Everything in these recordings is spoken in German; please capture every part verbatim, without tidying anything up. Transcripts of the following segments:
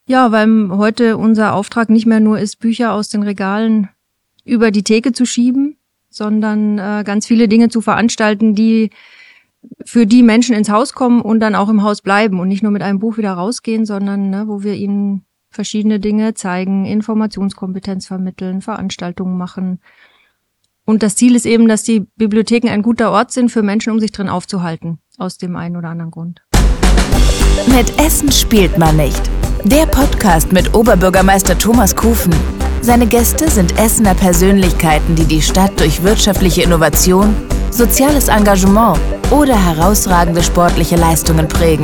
Ja, weil heute unser Auftrag nicht mehr nur ist, Bücher aus den Regalen über die Theke zu schieben, sondern äh, ganz viele Dinge zu veranstalten, die für die Menschen ins Haus kommen und dann auch im Haus bleiben und nicht nur mit einem Buch wieder rausgehen, sondern ne, wo wir ihnen verschiedene Dinge zeigen, Informationskompetenz vermitteln, Veranstaltungen machen. Und das Ziel ist eben, dass die Bibliotheken ein guter Ort sind für Menschen, um sich drin aufzuhalten, aus dem einen oder anderen Grund. Mit Essen spielt man nicht. Der Podcast mit Oberbürgermeister Thomas Kufen. Seine Gäste sind Essener Persönlichkeiten, die die Stadt durch wirtschaftliche Innovation, soziales Engagement oder herausragende sportliche Leistungen prägen.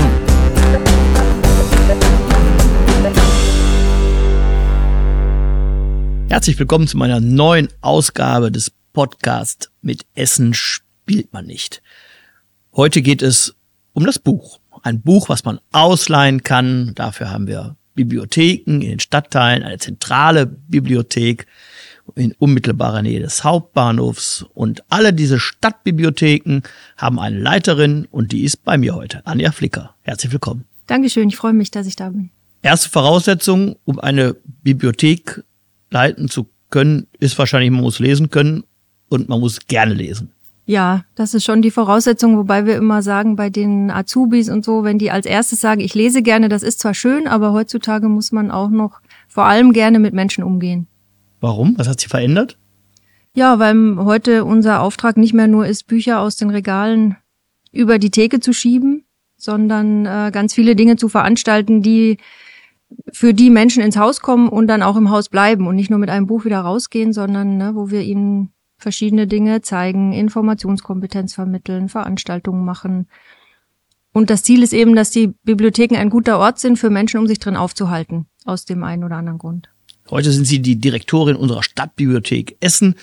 Herzlich willkommen zu meiner neuen Ausgabe des Podcasts Mit Essen spielt man nicht. Heute geht es um das Buch. Ein Buch, was man ausleihen kann. Dafür haben wir Bibliotheken in den Stadtteilen, eine zentrale Bibliothek in unmittelbarer Nähe des Hauptbahnhofs. Und alle diese Stadtbibliotheken haben eine Leiterin und die ist bei mir heute, Anja Flicker. Herzlich willkommen. Dankeschön, ich freue mich, dass ich da bin. Erste Voraussetzung, um eine Bibliothek leiten zu können, ist wahrscheinlich, man muss lesen können und man muss gerne lesen. Ja, das ist schon die Voraussetzung, wobei wir immer sagen, bei den Azubis und so, wenn die als erstes sagen, ich lese gerne, das ist zwar schön, aber heutzutage muss man auch noch vor allem gerne mit Menschen umgehen. Warum? Was hat sich verändert? Ja, weil heute unser Auftrag nicht mehr nur ist, Bücher aus den Regalen über die Theke zu schieben, sondern äh, ganz viele Dinge zu veranstalten, die für die Menschen ins Haus kommen und dann auch im Haus bleiben und nicht nur mit einem Buch wieder rausgehen, sondern ne, wo wir ihnen verschiedene Dinge zeigen, Informationskompetenz vermitteln, Veranstaltungen machen. Und das Ziel ist eben, dass die Bibliotheken ein guter Ort sind für Menschen, um sich drin aufzuhalten, aus dem einen oder anderen Grund. Heute sind Sie die Direktorin unserer Stadtbibliothek Essen.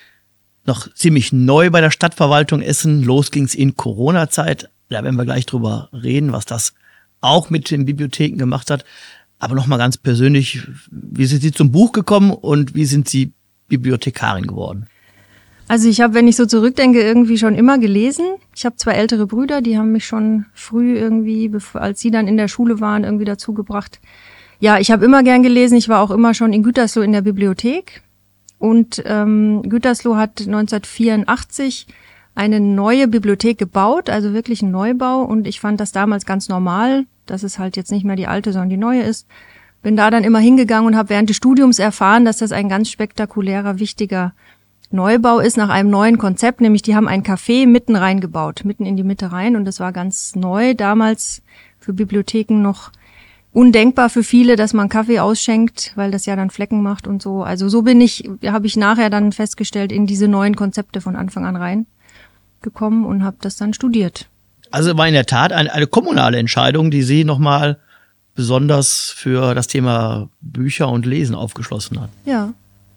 Noch ziemlich neu bei der Stadtverwaltung Essen. Los ging's in Corona-Zeit. Da werden wir gleich drüber reden, was das auch mit den Bibliotheken gemacht hat. Aber nochmal ganz persönlich, wie sind Sie zum Buch gekommen und wie sind Sie Bibliothekarin geworden? Also ich habe, wenn ich so zurückdenke, irgendwie schon immer gelesen. Ich habe zwei ältere Brüder, die haben mich schon früh irgendwie, als sie dann in der Schule waren, irgendwie dazu gebracht. Ja, ich habe immer gern gelesen. Ich war auch immer schon in Gütersloh in der Bibliothek. Und ähm, Gütersloh hat neunzehnhundertvierundachtzig eine neue Bibliothek gebaut, also wirklich ein Neubau. Und ich fand das damals ganz normal, dass es halt jetzt nicht mehr die alte, sondern die neue ist. Bin da dann immer hingegangen und habe während des Studiums erfahren, dass das ein ganz spektakulärer, wichtiger Neubau ist nach einem neuen Konzept, nämlich die haben ein Café mitten reingebaut, mitten in die Mitte rein, und das war ganz neu, damals für Bibliotheken noch undenkbar für viele, dass man Kaffee ausschenkt, weil das ja dann Flecken macht und so. Also so bin ich, habe ich nachher dann festgestellt, in diese neuen Konzepte von Anfang an reingekommen und habe das dann studiert. Also war in der Tat eine, eine kommunale Entscheidung, die Sie nochmal besonders für das Thema Bücher und Lesen aufgeschlossen hat. Ja.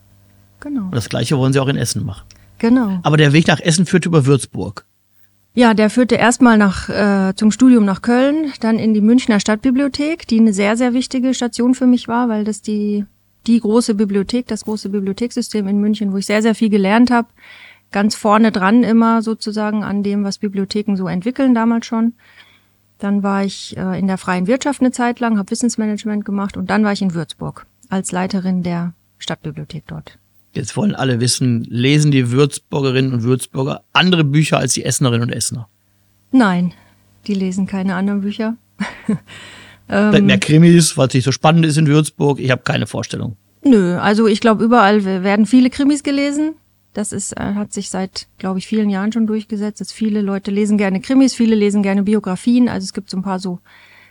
Genau. Und das Gleiche wollen Sie auch in Essen machen. Genau. Aber der Weg nach Essen führte über Würzburg. Ja, der führte erstmal nach äh, zum Studium nach Köln, dann in die Münchner Stadtbibliothek, die eine sehr, sehr wichtige Station für mich war, weil das die die große Bibliothek, das große Bibliothekssystem in München, wo ich sehr, sehr viel gelernt habe, ganz vorne dran immer sozusagen an dem, was Bibliotheken so entwickeln, damals schon. Dann war ich äh, in der freien Wirtschaft eine Zeit lang, habe Wissensmanagement gemacht, und dann war ich in Würzburg als Leiterin der Stadtbibliothek dort. Jetzt wollen alle wissen, lesen die Würzburgerinnen und Würzburger andere Bücher als die Essenerinnen und Essener? Nein, die lesen keine anderen Bücher. Vielleicht mehr Krimis, weil es nicht so spannend ist in Würzburg. Ich habe keine Vorstellung. Nö, also ich glaube, überall werden viele Krimis gelesen. Das ist, hat sich seit, glaube ich, vielen Jahren schon durchgesetzt. Dass viele Leute lesen gerne Krimis, viele lesen gerne Biografien. Also es gibt so ein paar so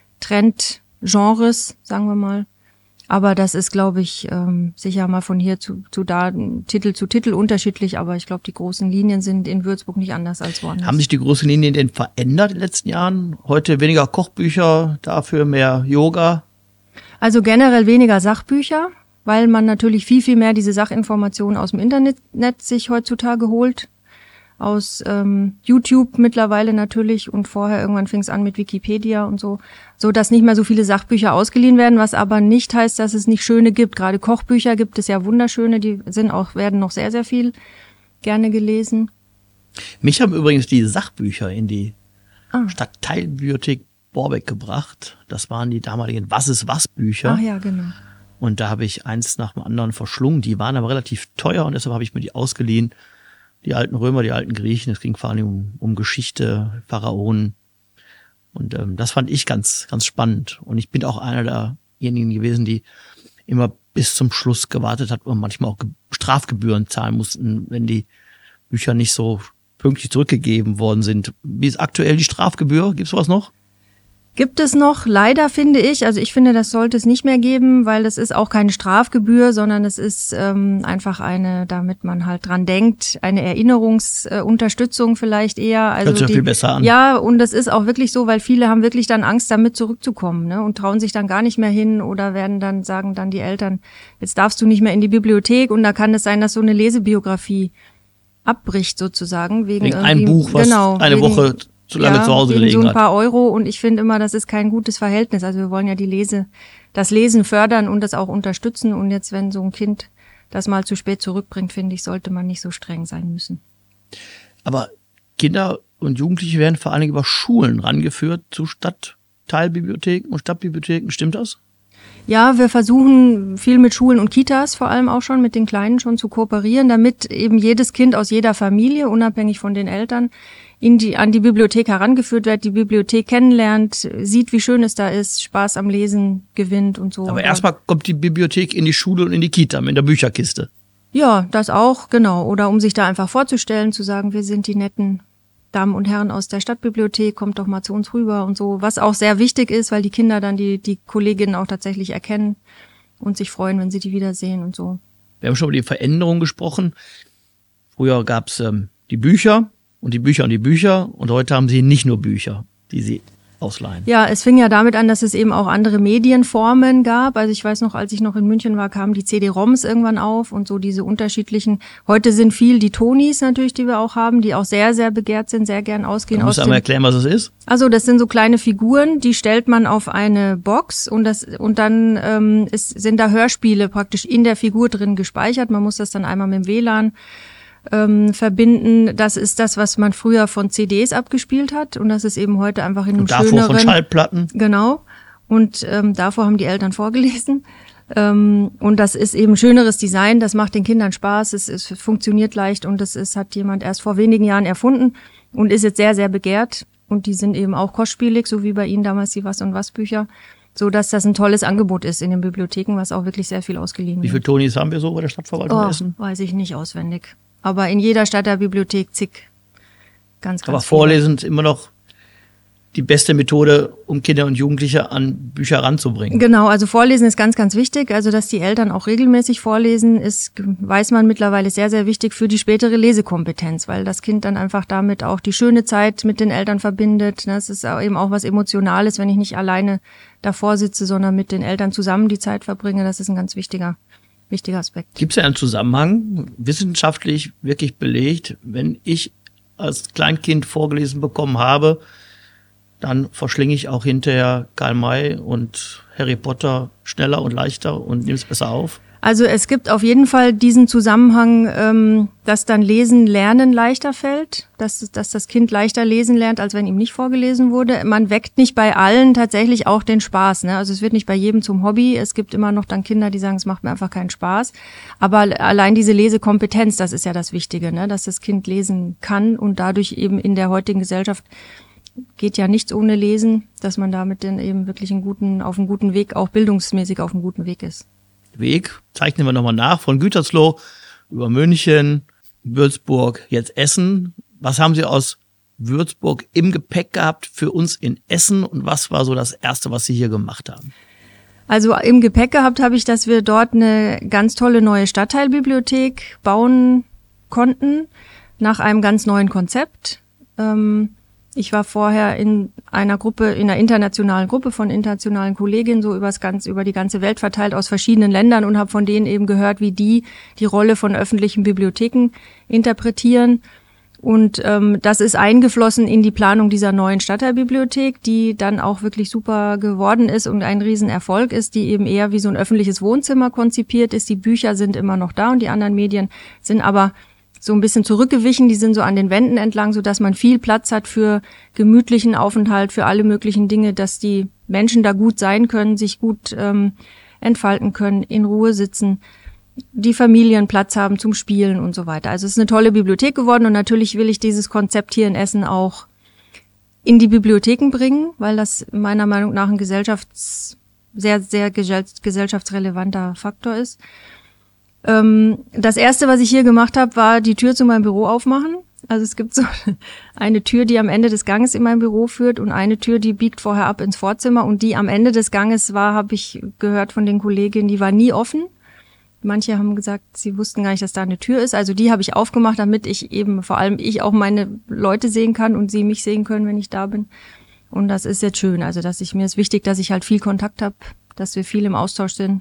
Trendgenres, sagen wir mal. Aber das ist, glaube ich, ähm, sicher mal von hier zu, zu da, Titel zu Titel unterschiedlich. Aber ich glaube, die großen Linien sind in Würzburg nicht anders als woanders. Haben sich die großen Linien denn verändert in den letzten Jahren? Heute weniger Kochbücher, dafür mehr Yoga? Also generell weniger Sachbücher, weil man natürlich viel, viel mehr diese Sachinformationen aus dem Internet sich heutzutage holt. Aus ähm, YouTube mittlerweile natürlich, und vorher irgendwann fing es an mit Wikipedia und so, so dass nicht mehr so viele Sachbücher ausgeliehen werden, was aber nicht heißt, dass es nicht schöne gibt. Gerade Kochbücher gibt es ja wunderschöne, die sind auch werden noch sehr, sehr viel gerne gelesen. Mich haben übrigens die Sachbücher in die ah. Stadtteilbibliothek Borbeck gebracht. Das waren die damaligen Was ist was Bücher. Ach ja, genau. Und da habe ich eins nach dem anderen verschlungen. Die waren aber relativ teuer und deshalb habe ich mir die ausgeliehen. Die alten Römer, die alten Griechen. Es ging vor allem um, um Geschichte, Pharaonen. Und ähm, das fand ich ganz, ganz spannend. Und ich bin auch einer derjenigen gewesen, die immer bis zum Schluss gewartet hat und manchmal auch Strafgebühren zahlen mussten, wenn die Bücher nicht so pünktlich zurückgegeben worden sind. Wie ist aktuell die Strafgebühr? Gibt's sowas noch? Gibt es noch, leider finde ich, also ich finde, das sollte es nicht mehr geben, weil das ist auch keine Strafgebühr, sondern es ist ähm, einfach eine, damit man halt dran denkt, eine Erinnerungsunterstützung äh, vielleicht eher. Also hört sich die, viel besser an. Ja, und das ist auch wirklich so, weil viele haben wirklich dann Angst, damit zurückzukommen, ne, und trauen sich dann gar nicht mehr hin oder werden dann, sagen dann die Eltern, jetzt darfst du nicht mehr in die Bibliothek, und da kann es sein, dass so eine Lesebiografie abbricht sozusagen. Wegen, wegen ein Buch, was genau, eine wegen, Woche zu lange ja, zu Hause wegen gelegen so ein hat. paar Euro, und ich finde immer, das ist kein gutes Verhältnis. Also wir wollen ja die Lese, das Lesen fördern und das auch unterstützen, und jetzt, wenn so ein Kind das mal zu spät zurückbringt, finde ich, sollte man nicht so streng sein müssen. Aber Kinder und Jugendliche werden vor allen Dingen über Schulen rangeführt zu Stadtteilbibliotheken und Stadtbibliotheken. Stimmt das? Ja, wir versuchen viel mit Schulen und Kitas, vor allem auch schon mit den Kleinen schon zu kooperieren, damit eben jedes Kind aus jeder Familie, unabhängig von den Eltern, in die, an die Bibliothek herangeführt wird, die Bibliothek kennenlernt, sieht, wie schön es da ist, Spaß am Lesen gewinnt und so. Aber erstmal kommt die Bibliothek in die Schule und in die Kita mit der Bücherkiste. Ja, das auch, genau. Oder um sich da einfach vorzustellen, zu sagen, wir sind die netten Damen und Herren aus der Stadtbibliothek, kommt doch mal zu uns rüber und so. Was auch sehr wichtig ist, weil die Kinder dann die, die Kolleginnen auch tatsächlich erkennen und sich freuen, wenn sie die wiedersehen und so. Wir haben schon über die Veränderung gesprochen. Früher gab's ähm, die Bücher und die Bücher und die Bücher, und heute haben sie nicht nur Bücher, die sie ausleihen. Ja, es fing ja damit an, dass es eben auch andere Medienformen gab. Also ich weiß noch, als ich noch in München war, kamen die C D-ROMs irgendwann auf und so diese unterschiedlichen. Heute sind viel die Tonis natürlich, die wir auch haben, die auch sehr, sehr begehrt sind, sehr gern ausgehen. Du musst einmal erklären, was es ist. Also das sind so kleine Figuren, die stellt man auf eine Box, und das und dann ähm, ist, sind da Hörspiele praktisch in der Figur drin gespeichert. Man muss das dann einmal mit dem W L A N ähm, verbinden. Das ist das, was man früher von C Ds abgespielt hat, und das ist eben heute einfach in einem und davor schöneren... von Schallplatten. Genau. Und ähm, davor haben die Eltern vorgelesen. Ähm, und das ist eben schöneres Design, das macht den Kindern Spaß, es, es funktioniert leicht, und das ist, hat jemand erst vor wenigen Jahren erfunden und ist jetzt sehr, sehr begehrt. Und die sind eben auch kostspielig, so wie bei Ihnen damals die Was- und Was-Bücher, so dass das ein tolles Angebot ist in den Bibliotheken, was auch wirklich sehr viel ausgeliehen wird. Wie viele Tonis haben wir so bei der Stadtverwaltung Oh, Essen? weiß ich nicht auswendig. Aber in jeder Stadtteilbibliothek zig. Ganz, ganz Aber viele. Vorlesen ist immer noch die beste Methode, um Kinder und Jugendliche an Bücher ranzubringen. Genau, also Vorlesen ist ganz, ganz wichtig. Also, dass die Eltern auch regelmäßig vorlesen, ist, weiß man mittlerweile, sehr, sehr wichtig für die spätere Lesekompetenz, weil das Kind dann einfach damit auch die schöne Zeit mit den Eltern verbindet. Das ist eben auch was Emotionales, wenn ich nicht alleine davor sitze, sondern mit den Eltern zusammen die Zeit verbringe. Das ist ein ganz wichtiger, wichtiger Aspekt. Gibt es ja einen Zusammenhang, wissenschaftlich wirklich belegt, wenn ich als Kleinkind vorgelesen bekommen habe, dann verschlinge ich auch hinterher Karl May und Harry Potter schneller und leichter und nehme es besser auf? Also es gibt auf jeden Fall diesen Zusammenhang, ähm, dass dann Lesen, Lernen leichter fällt, dass, dass das Kind leichter lesen lernt, als wenn ihm nicht vorgelesen wurde. Man weckt nicht bei allen tatsächlich auch den Spaß, ne? Also es wird nicht bei jedem zum Hobby. Es gibt immer noch dann Kinder, die sagen, es macht mir einfach keinen Spaß. Aber allein diese Lesekompetenz, das ist ja das Wichtige, ne? Dass das Kind lesen kann und dadurch eben in der heutigen Gesellschaft geht ja nichts ohne Lesen, dass man damit dann eben wirklich einen guten, auf einem guten Weg, auch bildungsmäßig auf einem guten Weg ist. Weg zeichnen wir nochmal nach, von Gütersloh über München, Würzburg, jetzt Essen. Was haben Sie aus Würzburg im Gepäck gehabt für uns in Essen, und was war so das Erste, was Sie hier gemacht haben? Also im Gepäck gehabt habe ich, dass wir dort eine ganz tolle neue Stadtteilbibliothek bauen konnten, nach einem ganz neuen Konzept. Ähm, Ich war vorher in einer Gruppe, in einer internationalen Gruppe von internationalen Kolleginnen, so übers ganz, über die ganze Welt verteilt aus verschiedenen Ländern, und habe von denen eben gehört, wie die die Rolle von öffentlichen Bibliotheken interpretieren. Und ähm, das ist eingeflossen in die Planung dieser neuen Stadtteilbibliothek, die dann auch wirklich super geworden ist und ein Riesenerfolg ist, die eben eher wie so ein öffentliches Wohnzimmer konzipiert ist. Die Bücher sind immer noch da und die anderen Medien sind aber so ein bisschen zurückgewichen. Die sind so an den Wänden entlang, so dass man viel Platz hat für gemütlichen Aufenthalt, für alle möglichen Dinge, dass die Menschen da gut sein können, sich gut ähm, entfalten können, in Ruhe sitzen, die Familien Platz haben zum Spielen und so weiter. Also es ist eine tolle Bibliothek geworden und natürlich will ich dieses Konzept hier in Essen auch in die Bibliotheken bringen, weil das meiner Meinung nach ein gesellschafts-, sehr, sehr gesellschaftsrelevanter Faktor ist. Ähm, das erste, was ich hier gemacht habe, war die Tür zu meinem Büro aufmachen. Also es gibt so eine Tür, die am Ende des Ganges in mein Büro führt und eine Tür, die biegt vorher ab ins Vorzimmer und die am Ende des Ganges war, habe ich gehört von den Kolleginnen, die war nie offen. Manche haben gesagt, sie wussten gar nicht, dass da eine Tür ist. Also die habe ich aufgemacht, damit ich eben, vor allem ich auch meine Leute sehen kann und sie mich sehen können, wenn ich da bin. Und das ist jetzt schön. Also dass ich mir ist wichtig, dass ich halt viel Kontakt habe, dass wir viel im Austausch sind.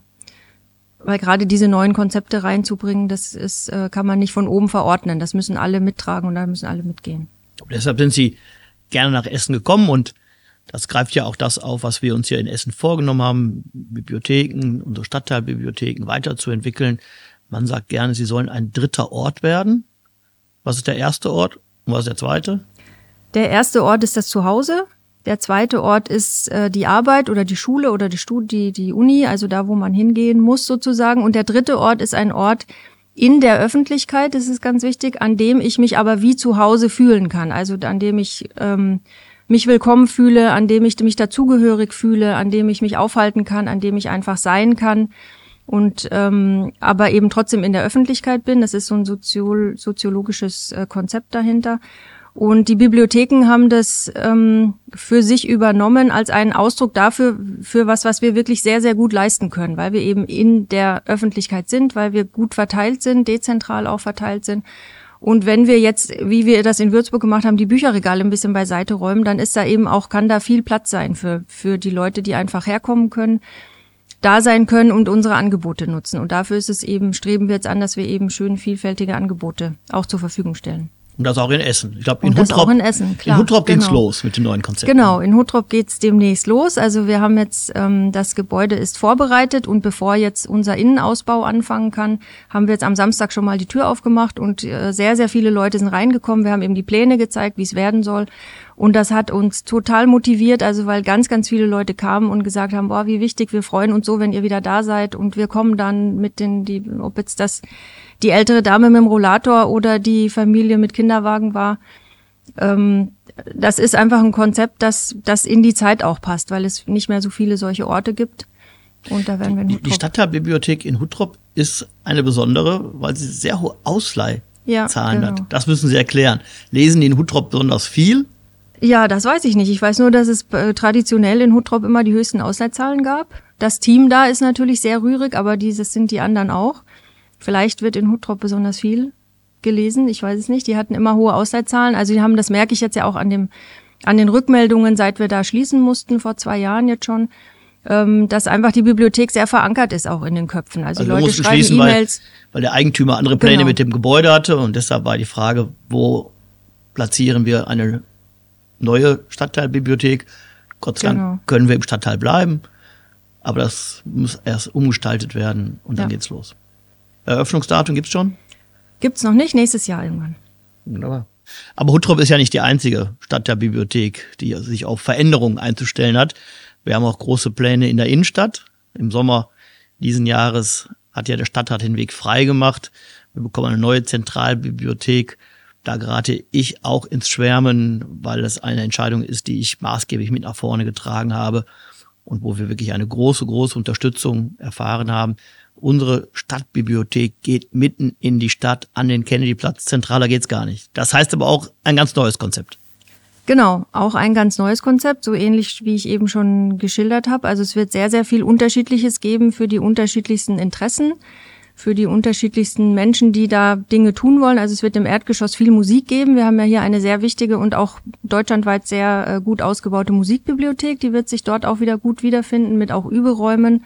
Weil gerade diese neuen Konzepte reinzubringen, das ist, kann man nicht von oben verordnen. Das müssen alle mittragen und da müssen alle mitgehen. Und deshalb sind Sie gerne nach Essen gekommen und das greift ja auch das auf, was wir uns hier in Essen vorgenommen haben, Bibliotheken, unsere Stadtteilbibliotheken weiterzuentwickeln. Man sagt gerne, sie sollen ein dritter Ort werden. Was ist der erste Ort und was ist der zweite? Der erste Ort ist das Zuhause. Der zweite Ort ist äh, die Arbeit oder die Schule oder die, Studi- die Uni, also da, wo man hingehen muss sozusagen. Und der dritte Ort ist ein Ort in der Öffentlichkeit, das ist ganz wichtig, an dem ich mich aber wie zu Hause fühlen kann. Also an dem ich ähm, mich willkommen fühle, an dem ich mich dazugehörig fühle, an dem ich mich aufhalten kann, an dem ich einfach sein kann und ähm, aber eben trotzdem in der Öffentlichkeit bin. Das ist so ein soziol- soziologisches äh, Konzept dahinter. Und die Bibliotheken haben das ähm, für sich übernommen als einen Ausdruck dafür, für was, was wir wirklich sehr, sehr gut leisten können, weil wir eben in der Öffentlichkeit sind, weil wir gut verteilt sind, dezentral auch verteilt sind. Und wenn wir jetzt, wie wir das in Würzburg gemacht haben, die Bücherregale ein bisschen beiseite räumen, dann ist da eben auch, kann da viel Platz sein für, für die Leute, die einfach herkommen können, da sein können und unsere Angebote nutzen. Und dafür ist es eben, streben wir jetzt an, dass wir eben schön vielfältige Angebote auch zur Verfügung stellen. Und das auch in Essen. Ich glaube, in und das Huttrop, auch in Essen, klar. In Huttrop genau. ging's los mit den neuen Konzepten. Genau, in Huttrop geht's demnächst los. Also wir haben jetzt, ähm, das Gebäude ist vorbereitet und bevor jetzt unser Innenausbau anfangen kann, haben wir jetzt am Samstag schon mal die Tür aufgemacht und äh, sehr, sehr viele Leute sind reingekommen. Wir haben eben die Pläne gezeigt, wie es werden soll. Und das hat uns total motiviert, also weil ganz, ganz viele Leute kamen und gesagt haben, boah, wie wichtig, wir freuen uns so, wenn ihr wieder da seid und wir kommen dann mit den, die, ob jetzt das die ältere Dame mit dem Rollator oder die Familie mit Kinderwagen war. Ähm, das ist einfach ein Konzept, das, das in die Zeit auch passt, weil es nicht mehr so viele solche Orte gibt. Und da werden wir in Huttrop. Die Stadtteilbibliothek in Huttrop ist eine besondere, weil sie sehr hohe Ausleihzahlen ja, genau. hat. Das müssen Sie erklären. Lesen die in Huttrop besonders viel? Ja, das weiß ich nicht. Ich weiß nur, dass es äh, traditionell in Huttrop immer die höchsten Ausleihzahlen gab. Das Team da ist natürlich sehr rührig, aber dieses sind die anderen auch. Vielleicht wird in Huttrop besonders viel gelesen, ich weiß es nicht. Die hatten immer hohe Ausleihzahlen. Also die haben, das merke ich jetzt ja auch an dem, an den Rückmeldungen, seit wir da schließen mussten, vor zwei Jahren jetzt schon, ähm, dass einfach die Bibliothek sehr verankert ist auch in den Köpfen. Also, also Leute schreiben E-Mails. Weil, weil der Eigentümer andere Pläne genau. mit dem Gebäude hatte und deshalb war die Frage, wo platzieren wir eine neue Stadtteilbibliothek? Gott sei Dank genau. können wir im Stadtteil bleiben, aber das muss erst umgestaltet werden und dann ja. geht's los. Eröffnungsdatum gibt's schon? Gibt's noch nicht, nächstes Jahr irgendwann. Wunderbar. Aber Huttrop ist ja nicht die einzige Stadtteilbibliothek, die sich auf Veränderungen einzustellen hat. Wir haben auch große Pläne in der Innenstadt. Im Sommer diesen Jahres hat ja der Stadtrat den Weg frei gemacht. Wir bekommen eine neue Zentralbibliothek. Da gerate ich auch ins Schwärmen, weil das eine Entscheidung ist, die ich maßgeblich mit nach vorne getragen habe und wo wir wirklich eine große, große Unterstützung erfahren haben. Unsere Stadtbibliothek geht mitten in die Stadt an den Kennedyplatz. Zentraler geht's gar nicht. Das heißt aber auch ein ganz neues Konzept. Genau, auch ein ganz neues Konzept, so ähnlich wie ich eben schon geschildert habe. Also es wird sehr, sehr viel Unterschiedliches geben für die unterschiedlichsten Interessen, für die unterschiedlichsten Menschen, die da Dinge tun wollen. Also es wird im Erdgeschoss viel Musik geben. Wir haben ja hier eine sehr wichtige und auch deutschlandweit sehr äh, gut ausgebaute Musikbibliothek. Die wird sich dort auch wieder gut wiederfinden mit auch Überräumen.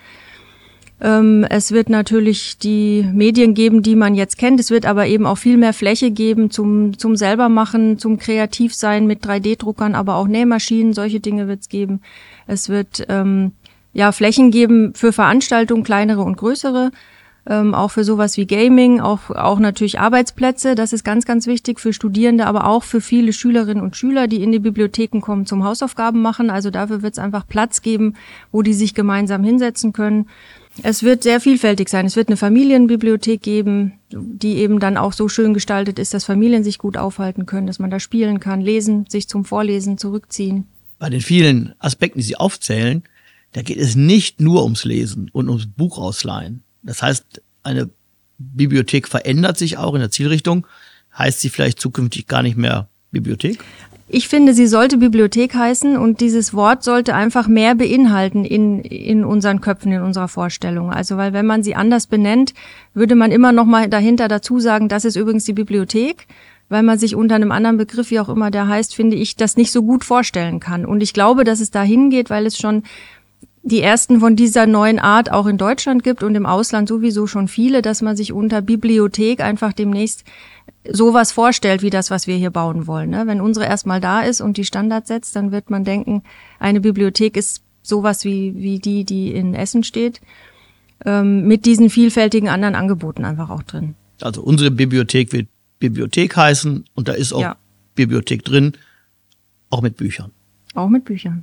Ähm, es wird natürlich die Medien geben, die man jetzt kennt. Es wird aber eben auch viel mehr Fläche geben zum zum selbermachen, zum Kreativsein mit drei D Druckern, aber auch Nähmaschinen. Solche Dinge wird es geben. Es wird ähm, ja Flächen geben für Veranstaltungen, kleinere und größere. ähm, auch für sowas wie Gaming, auch, auch natürlich Arbeitsplätze. Das ist ganz, ganz wichtig für Studierende, aber auch für viele Schülerinnen und Schüler, die in die Bibliotheken kommen zum Hausaufgaben machen. Also dafür wird es einfach Platz geben, wo die sich gemeinsam hinsetzen können. Es wird sehr vielfältig sein. Es wird eine Familienbibliothek geben, die eben dann auch so schön gestaltet ist, dass Familien sich gut aufhalten können, dass man da spielen kann, lesen, sich zum Vorlesen zurückziehen. Bei den vielen Aspekten, die Sie aufzählen, da geht es nicht nur ums Lesen und ums Buch ausleihen. Das heißt, eine Bibliothek verändert sich auch in der Zielrichtung. Heißt sie vielleicht zukünftig gar nicht mehr Bibliothek? Ich finde, sie sollte Bibliothek heißen und dieses Wort sollte einfach mehr beinhalten in, in unseren Köpfen, in unserer Vorstellung. Also, weil wenn man sie anders benennt, würde man immer noch mal dahinter dazu sagen, das ist übrigens die Bibliothek, weil man sich unter einem anderen Begriff, wie auch immer der heißt, finde ich, das nicht so gut vorstellen kann. Und ich glaube, dass es dahin geht, weil es schon die ersten von dieser neuen Art auch in Deutschland gibt und im Ausland sowieso schon viele, dass man sich unter Bibliothek einfach demnächst sowas vorstellt, wie das, was wir hier bauen wollen. Ne? Wenn unsere erstmal da ist und die Standards setzt, dann wird man denken, eine Bibliothek ist sowas wie, wie die, die in Essen steht, ähm, mit diesen vielfältigen anderen Angeboten einfach auch drin. Also unsere Bibliothek wird Bibliothek heißen und da ist auch ja. Bibliothek drin, auch mit Büchern. Auch mit Büchern.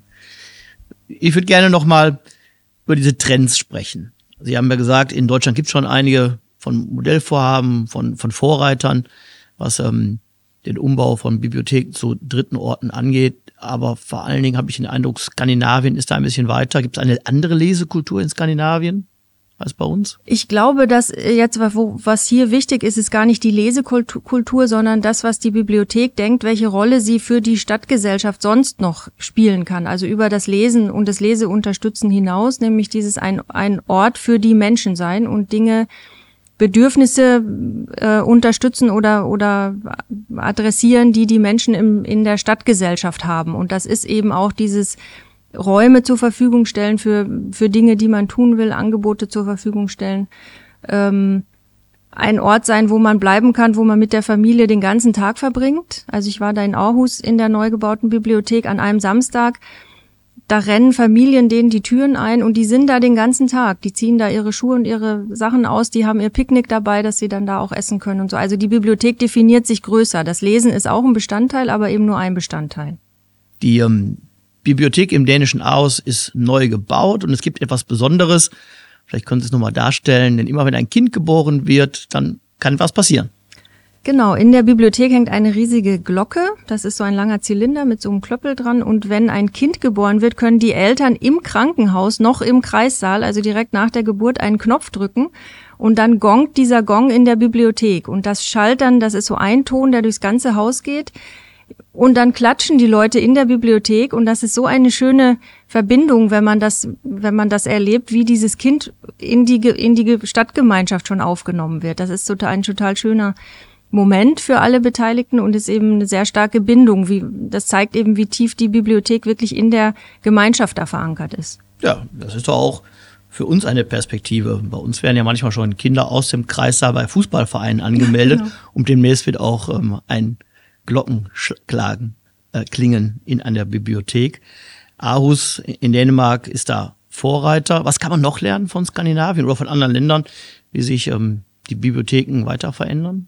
Ich würde gerne noch mal über diese Trends sprechen. Sie haben ja gesagt, in Deutschland gibt es schon einige von Modellvorhaben, von, von Vorreitern, was ähm, den Umbau von Bibliotheken zu dritten Orten angeht. Aber vor allen Dingen habe ich den Eindruck, Skandinavien ist da ein bisschen weiter. Gibt es eine andere Lesekultur in Skandinavien als bei uns? Ich glaube, dass jetzt, was hier wichtig ist, ist gar nicht die Lesekultur, sondern das, was die Bibliothek denkt, welche Rolle sie für die Stadtgesellschaft sonst noch spielen kann. Also über das Lesen und das Leseunterstützen hinaus, nämlich dieses ein, ein Ort für die Menschen sein und Dinge, Bedürfnisse äh, unterstützen oder oder adressieren, die die Menschen im, in der Stadtgesellschaft haben. Und das ist eben auch dieses Räume zur Verfügung stellen für für Dinge, die man tun will, Angebote zur Verfügung stellen. Ähm, ein Ort sein, wo man bleiben kann, wo man mit der Familie den ganzen Tag verbringt. Also ich war da in Aarhus in der neu gebauten Bibliothek an einem Samstag. Da rennen Familien denen die Türen ein und die sind da den ganzen Tag. Die ziehen da ihre Schuhe und ihre Sachen aus, die haben ihr Picknick dabei, dass sie dann da auch essen können und so. Also die Bibliothek definiert sich größer. Das Lesen ist auch ein Bestandteil, aber eben nur ein Bestandteil. Die ähm, Bibliothek im dänischen Aarhus ist neu gebaut und es gibt etwas Besonderes. Vielleicht können Sie es nochmal darstellen, denn immer wenn ein Kind geboren wird, dann kann was passieren. Genau, in der Bibliothek hängt eine riesige Glocke. Das ist so ein langer Zylinder mit so einem Klöppel dran. Und wenn ein Kind geboren wird, können die Eltern im Krankenhaus noch im Kreissaal, also direkt nach der Geburt, einen Knopf drücken. Und dann gongt dieser Gong in der Bibliothek. Und das schallt dann, das ist so ein Ton, der durchs ganze Haus geht. Und dann klatschen die Leute in der Bibliothek. Und das ist so eine schöne Verbindung, wenn man das, wenn man das erlebt, wie dieses Kind in die, in die Stadtgemeinschaft schon aufgenommen wird. Das ist total, ein total schöner Moment für alle Beteiligten und ist eben eine sehr starke Bindung. Wie, das zeigt eben, wie tief die Bibliothek wirklich in der Gemeinschaft da verankert ist. Ja, das ist doch auch für uns eine Perspektive. Bei uns werden ja manchmal schon Kinder aus dem Kreissaal bei Fußballvereinen angemeldet ja, genau. Und demnächst wird auch ähm, ein Glockenklagen äh, klingen in einer Bibliothek. Aarhus in Dänemark ist da Vorreiter. Was kann man noch lernen von Skandinavien oder von anderen Ländern, wie sich ähm, die Bibliotheken weiter verändern?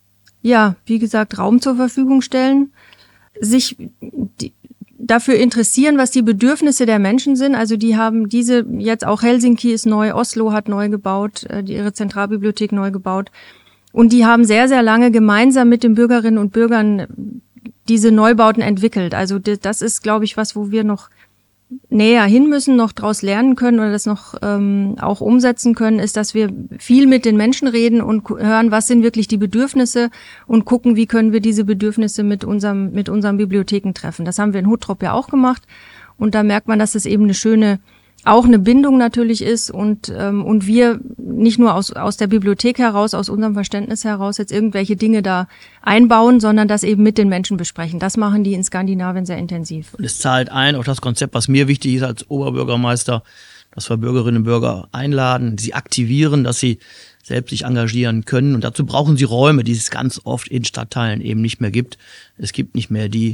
Ja, wie gesagt, Raum zur Verfügung stellen, sich die, dafür interessieren, was die Bedürfnisse der Menschen sind. Also die haben diese, jetzt auch Helsinki ist neu, Oslo hat neu gebaut, äh, die, ihre Zentralbibliothek neu gebaut. Und die haben sehr, sehr lange gemeinsam mit den Bürgerinnen und Bürgern diese Neubauten entwickelt. Also das ist, glaube ich, was, wo wir noch näher hin müssen, noch draus lernen können oder das noch ähm, auch umsetzen können, ist, dass wir viel mit den Menschen reden und hören, was sind wirklich die Bedürfnisse und gucken, wie können wir diese Bedürfnisse mit unserem mit unseren Bibliotheken treffen. Das haben wir in Huttrop ja auch gemacht und da merkt man, dass es eben eine schöne, auch eine Bindung natürlich ist und ähm, und wir nicht nur aus aus der Bibliothek heraus, aus unserem Verständnis heraus jetzt irgendwelche Dinge da einbauen, sondern das eben mit den Menschen besprechen. Das machen die in Skandinavien sehr intensiv. Und es zahlt ein auf das Konzept, was mir wichtig ist als Oberbürgermeister, dass wir Bürgerinnen und Bürger einladen, sie aktivieren, dass sie selbst sich engagieren können. Und dazu brauchen sie Räume, die es ganz oft in Stadtteilen eben nicht mehr gibt. Es gibt nicht mehr die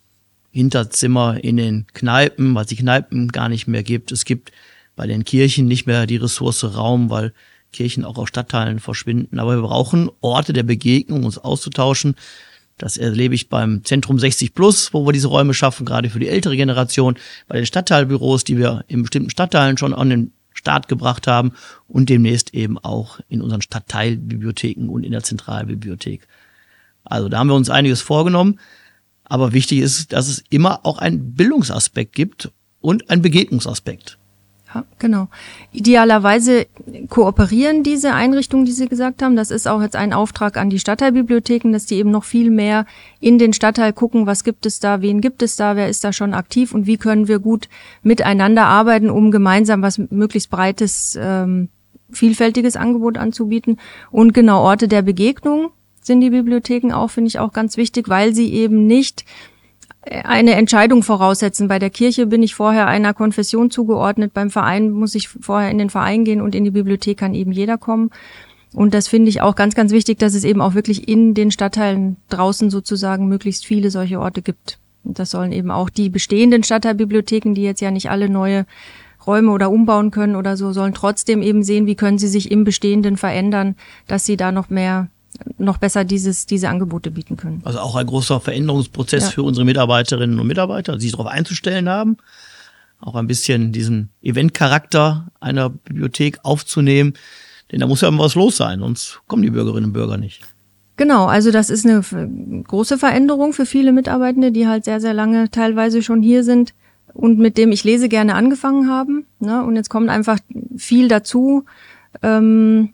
Hinterzimmer in den Kneipen, weil es die Kneipen gar nicht mehr gibt. Es gibt bei den Kirchen nicht mehr die Ressource Raum, weil Kirchen auch aus Stadtteilen verschwinden. Aber wir brauchen Orte der Begegnung, uns auszutauschen. Das erlebe ich beim Zentrum sechzig plus, wo wir diese Räume schaffen, gerade für die ältere Generation, bei den Stadtteilbüros, die wir in bestimmten Stadtteilen schon an den Start gebracht haben und demnächst eben auch in unseren Stadtteilbibliotheken und in der Zentralbibliothek. Also da haben wir uns einiges vorgenommen, aber wichtig ist, dass es immer auch einen Bildungsaspekt gibt und einen Begegnungsaspekt. Ja, genau. Idealerweise kooperieren diese Einrichtungen, die Sie gesagt haben. Das ist auch jetzt ein Auftrag an die Stadtteilbibliotheken, dass die eben noch viel mehr in den Stadtteil gucken, was gibt es da, wen gibt es da, wer ist da schon aktiv und wie können wir gut miteinander arbeiten, um gemeinsam was möglichst breites, ähm, vielfältiges Angebot anzubieten. Und genau, Orte der Begegnung sind die Bibliotheken auch, finde ich auch ganz wichtig, weil sie eben nicht eine Entscheidung voraussetzen. Bei der Kirche bin ich vorher einer Konfession zugeordnet, beim Verein muss ich vorher in den Verein gehen und in die Bibliothek kann eben jeder kommen. Und das finde ich auch ganz, ganz wichtig, dass es eben auch wirklich in den Stadtteilen draußen sozusagen möglichst viele solche Orte gibt. Und das sollen eben auch die bestehenden Stadtteilbibliotheken, die jetzt ja nicht alle neue Räume oder umbauen können oder so, sollen trotzdem eben sehen, wie können sie sich im Bestehenden verändern, dass sie da noch mehr noch besser dieses diese Angebote bieten können. Also auch ein großer Veränderungsprozess ja. für unsere Mitarbeiterinnen und Mitarbeiter, die sich darauf einzustellen haben, auch ein bisschen diesen Eventcharakter einer Bibliothek aufzunehmen, denn da muss ja immer was los sein, sonst kommen die Bürgerinnen und Bürger nicht. Genau, also das ist eine große Veränderung für viele Mitarbeitende, die halt sehr, sehr lange teilweise schon hier sind und mit dem Ich lese gerne angefangen haben. Ne? Und jetzt kommt einfach viel dazu, ähm,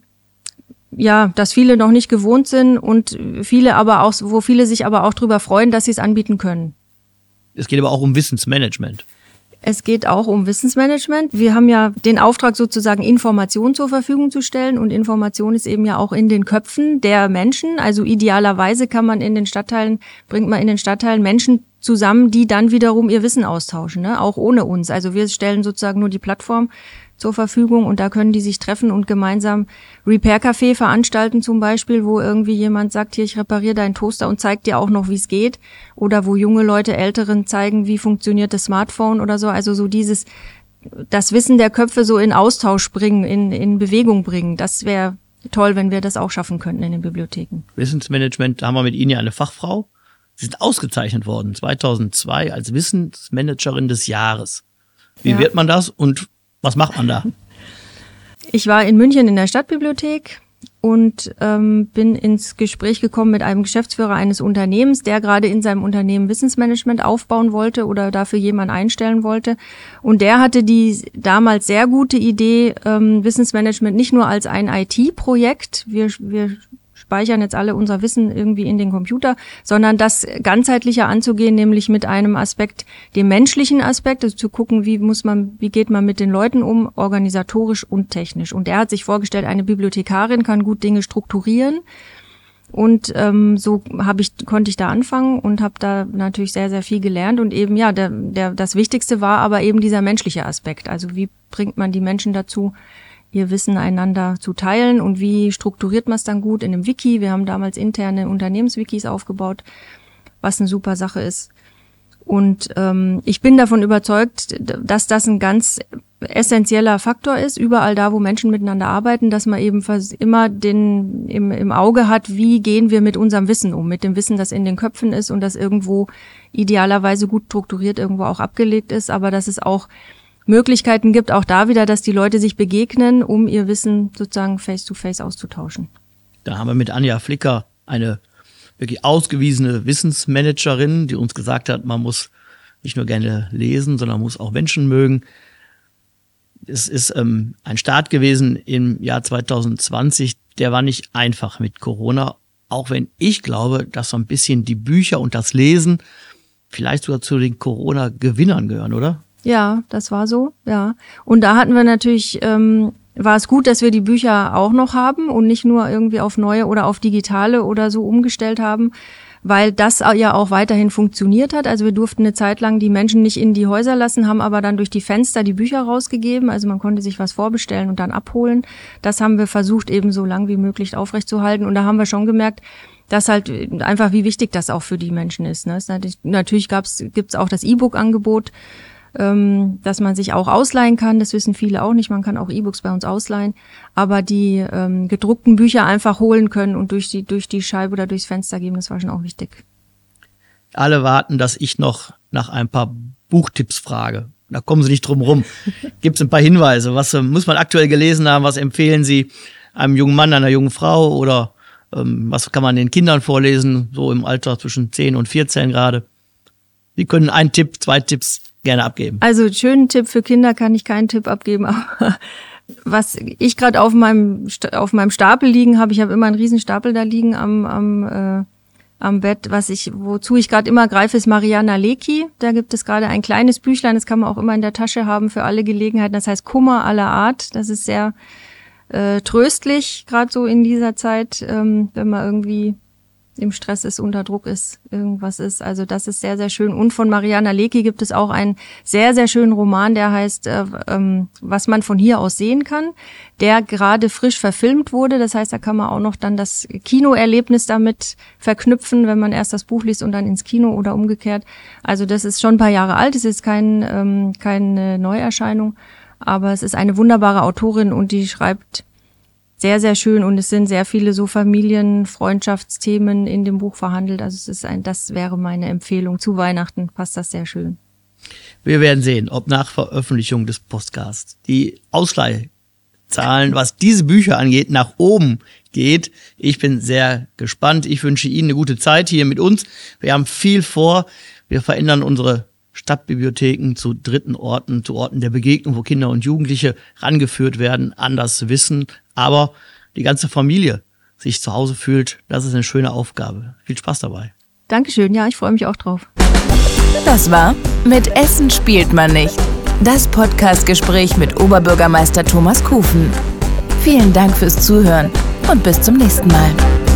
ja, dass viele noch nicht gewohnt sind und viele aber auch, wo viele sich aber auch drüber freuen, dass sie es anbieten können. Es geht aber auch um Wissensmanagement. Es geht auch um Wissensmanagement. Wir haben ja den Auftrag sozusagen Information zur Verfügung zu stellen und Information ist eben ja auch in den Köpfen der Menschen. Also idealerweise kann man in den Stadtteilen, bringt man in den Stadtteilen Menschen zusammen, die dann wiederum ihr Wissen austauschen, ne? Auch ohne uns. Also wir stellen sozusagen nur die Plattform zur Verfügung und da können die sich treffen und gemeinsam Repair-Café veranstalten zum Beispiel, wo irgendwie jemand sagt, hier, ich repariere deinen Toaster und zeigt dir auch noch, wie es geht. Oder wo junge Leute Älteren zeigen, wie funktioniert das Smartphone oder so. Also so dieses, das Wissen der Köpfe so in Austausch bringen, in, in Bewegung bringen. Das wäre toll, wenn wir das auch schaffen könnten in den Bibliotheken. Wissensmanagement, da haben wir mit Ihnen ja eine Fachfrau. Sie sind ausgezeichnet worden, zweitausendzwei als Wissensmanagerin des Jahres. Wie ja. wird man das und was macht man da? Ich war in München in der Stadtbibliothek und ähm, bin ins Gespräch gekommen mit einem Geschäftsführer eines Unternehmens, der gerade in seinem Unternehmen Wissensmanagement aufbauen wollte oder dafür jemanden einstellen wollte. Und der hatte die damals sehr gute Idee, ähm, Wissensmanagement nicht nur als ein I T-Projekt, wir, wir speichern jetzt alle unser Wissen irgendwie in den Computer, sondern das ganzheitlicher anzugehen, nämlich mit einem Aspekt, dem menschlichen Aspekt, also zu gucken, wie muss man, wie geht man mit den Leuten um, organisatorisch und technisch. Und er hat sich vorgestellt, eine Bibliothekarin kann gut Dinge strukturieren. Und ähm, so habe ich konnte ich da anfangen und habe da natürlich sehr, sehr viel gelernt. Und eben, ja, der, der, das Wichtigste war aber eben dieser menschliche Aspekt. Also wie bringt man die Menschen dazu, ihr Wissen einander zu teilen und wie strukturiert man es dann gut in einem Wiki. Wir haben damals interne Unternehmenswikis aufgebaut, was eine super Sache ist. Und ähm, ich bin davon überzeugt, dass das ein ganz essentieller Faktor ist, überall da, wo Menschen miteinander arbeiten, dass man eben immer den im, im Auge hat, wie gehen wir mit unserem Wissen um, mit dem Wissen, das in den Köpfen ist und das irgendwo idealerweise gut strukturiert irgendwo auch abgelegt ist, aber dass es auch Möglichkeiten gibt, auch da wieder, dass die Leute sich begegnen, um ihr Wissen sozusagen face-to-face auszutauschen. Da haben wir mit Anja Flicker eine wirklich ausgewiesene Wissensmanagerin, die uns gesagt hat, man muss nicht nur gerne lesen, sondern muss auch Menschen mögen. Es ist ähm, ein Start gewesen im Jahr zwanzig zwanzig, der war nicht einfach mit Corona, auch wenn ich glaube, dass so ein bisschen die Bücher und das Lesen vielleicht sogar zu den Corona-Gewinnern gehören, oder? Ja, das war so, ja. Und da hatten wir natürlich, ähm, war es gut, dass wir die Bücher auch noch haben und nicht nur irgendwie auf neue oder auf digitale oder so umgestellt haben, weil das ja auch weiterhin funktioniert hat. Also wir durften eine Zeit lang die Menschen nicht in die Häuser lassen, haben aber dann durch die Fenster die Bücher rausgegeben. Also man konnte sich was vorbestellen und dann abholen. Das haben wir versucht, eben so lang wie möglich aufrechtzuerhalten. Und da haben wir schon gemerkt, dass halt einfach, wie wichtig das auch für die Menschen ist. Ne? Es natürlich natürlich gab's, gibt's auch das E-Book-Angebot. ähm, dass man sich auch ausleihen kann. Das wissen viele auch nicht. Man kann auch E-Books bei uns ausleihen. Aber die ähm, gedruckten Bücher einfach holen können und durch die, durch die Scheibe oder durchs Fenster geben, das war schon auch wichtig. Alle warten, dass ich noch nach ein paar Buchtipps frage. Da kommen Sie nicht drum rum. Gibt es ein paar Hinweise? Was äh, muss man aktuell gelesen haben? Was empfehlen Sie einem jungen Mann, einer jungen Frau? Oder ähm, was kann man den Kindern vorlesen, so im Alter zwischen zehn und vierzehn gerade? Sie können einen Tipp, zwei Tipps gerne abgeben. Also einen schönen Tipp für Kinder kann ich keinen Tipp abgeben. Aber was ich gerade auf meinem auf meinem Stapel liegen habe, ich habe immer einen riesen Stapel da liegen am am äh, am Bett, was ich, wozu ich gerade immer greife, ist Mariana Lecki. Da gibt es gerade ein kleines Büchlein, das kann man auch immer in der Tasche haben für alle Gelegenheiten. Das heißt Kummer aller Art. Das ist sehr äh, tröstlich, gerade so in dieser Zeit, ähm, wenn man irgendwie im Stress ist, unter Druck ist, irgendwas ist. Also das ist sehr, sehr schön. Und von Mariana Lecki gibt es auch einen sehr, sehr schönen Roman, der heißt äh, ähm, Was man von hier aus sehen kann, der gerade frisch verfilmt wurde. Das heißt, da kann man auch noch dann das Kinoerlebnis damit verknüpfen, wenn man erst das Buch liest und dann ins Kino oder umgekehrt. Also das ist schon ein paar Jahre alt, es ist kein, ähm, keine Neuerscheinung, aber es ist eine wunderbare Autorin und die schreibt sehr, sehr schön und es sind sehr viele so Familien-Freundschaftsthemen in dem Buch verhandelt. Also es ist ein, das wäre meine Empfehlung. Zu Weihnachten passt das sehr schön. Wir werden sehen, ob nach Veröffentlichung des Podcasts die Ausleihzahlen, was diese Bücher angeht, nach oben geht. Ich bin sehr gespannt. Ich wünsche Ihnen eine gute Zeit hier mit uns. Wir haben viel vor. Wir verändern unsere Stadtbibliotheken zu dritten Orten, zu Orten der Begegnung, wo Kinder und Jugendliche rangeführt werden, anders wissen, aber die ganze Familie sich zu Hause fühlt. Das ist eine schöne Aufgabe. Viel Spaß dabei. Dankeschön, ja, ich freue mich auch drauf. Das war Mit Essen spielt man nicht. Das Podcast-Gespräch mit Oberbürgermeister Thomas Kufen. Vielen Dank fürs Zuhören und bis zum nächsten Mal.